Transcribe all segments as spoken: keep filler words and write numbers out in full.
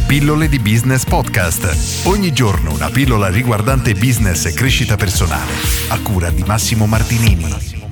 Pillole di Business Podcast. Ogni giorno una pillola riguardante business e crescita personale. A cura di Massimo Martinini.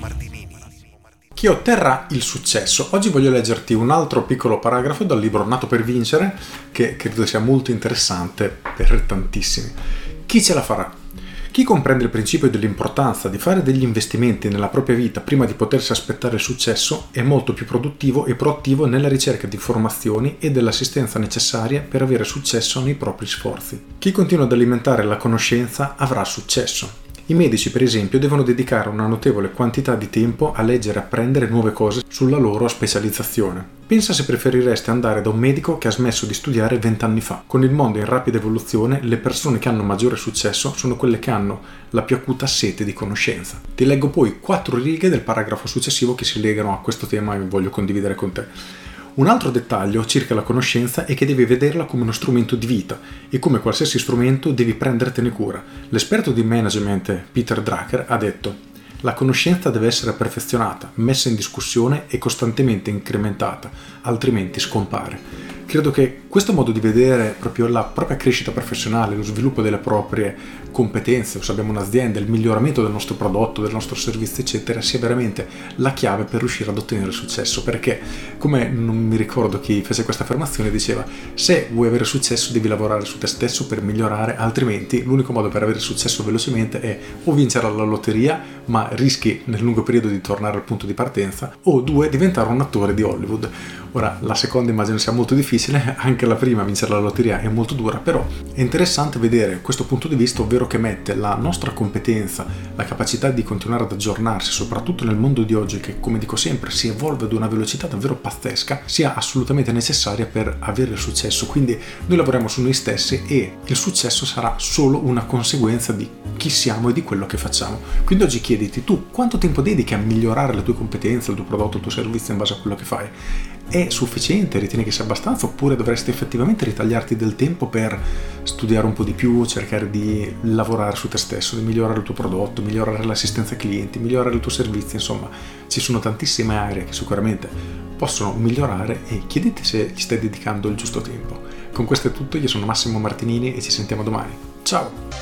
Chi otterrà il successo? Oggi voglio leggerti un altro piccolo paragrafo dal libro Nato per vincere, che credo sia molto interessante per tantissimi. Chi ce la farà? Chi comprende il principio dell'importanza di fare degli investimenti nella propria vita prima di potersi aspettare il successo è molto più produttivo e proattivo nella ricerca di informazioni e dell'assistenza necessaria per avere successo nei propri sforzi. Chi continua ad alimentare la conoscenza avrà successo. I medici, per esempio, devono dedicare una notevole quantità di tempo a leggere e apprendere nuove cose sulla loro specializzazione. Pensa se preferiresti andare da un medico che ha smesso di studiare vent'anni fa. Con il mondo in rapida evoluzione, le persone che hanno maggiore successo sono quelle che hanno la più acuta sete di conoscenza. Ti leggo poi quattro righe del paragrafo successivo che si legano a questo tema e voglio condividere con te. Un altro dettaglio circa la conoscenza è che devi vederla come uno strumento di vita e come qualsiasi strumento devi prendertene cura. L'esperto di management Peter Drucker ha detto: la conoscenza deve essere perfezionata, messa in discussione e costantemente incrementata, altrimenti scompare. Credo che questo modo di vedere proprio la propria crescita professionale, lo sviluppo delle proprie competenze, se abbiamo un'azienda, il miglioramento del nostro prodotto, del nostro servizio, eccetera, sia veramente la chiave per riuscire ad ottenere il successo. Perché, come non mi ricordo chi fece questa affermazione, diceva: se vuoi avere successo devi lavorare su te stesso per migliorare, altrimenti l'unico modo per avere successo velocemente è o vincere alla lotteria, ma rischi nel lungo periodo di tornare al punto di partenza, o due, diventare un attore di Hollywood. Ora, la seconda immagino sia molto difficile, anche la prima, vincere la lotteria, è molto dura, però è interessante vedere questo punto di vista, ovvero che mette la nostra competenza, la capacità di continuare ad aggiornarsi, soprattutto nel mondo di oggi che, come dico sempre, si evolve ad una velocità davvero pazzesca, sia assolutamente necessaria per avere il successo. Quindi noi lavoriamo su noi stessi e il successo sarà solo una conseguenza di chi siamo e di quello che facciamo. Quindi oggi chiediti tu quanto tempo dedichi a migliorare le tue competenze, il tuo prodotto, il tuo servizio in base a quello che fai. È sufficiente? Ritieni che sia abbastanza? Oppure dovresti effettivamente ritagliarti del tempo per studiare un po' di più, cercare di lavorare su te stesso, di migliorare il tuo prodotto, migliorare l'assistenza ai clienti, migliorare il tuo servizio? Insomma, ci sono tantissime aree che sicuramente possono migliorare e chiediti se gli stai dedicando il giusto tempo. Con questo è tutto, io sono Massimo Martinini e ci sentiamo domani. Ciao!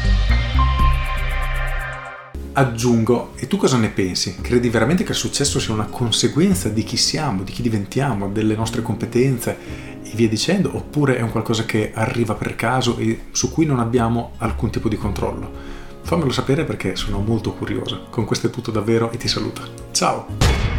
Aggiungo, e tu cosa ne pensi? Credi veramente che il successo sia una conseguenza di chi siamo, di chi diventiamo, delle nostre competenze e via dicendo? Oppure è un qualcosa che arriva per caso e su cui non abbiamo alcun tipo di controllo? Fammelo sapere perché sono molto curioso. Con questo è tutto davvero e ti saluto. Ciao!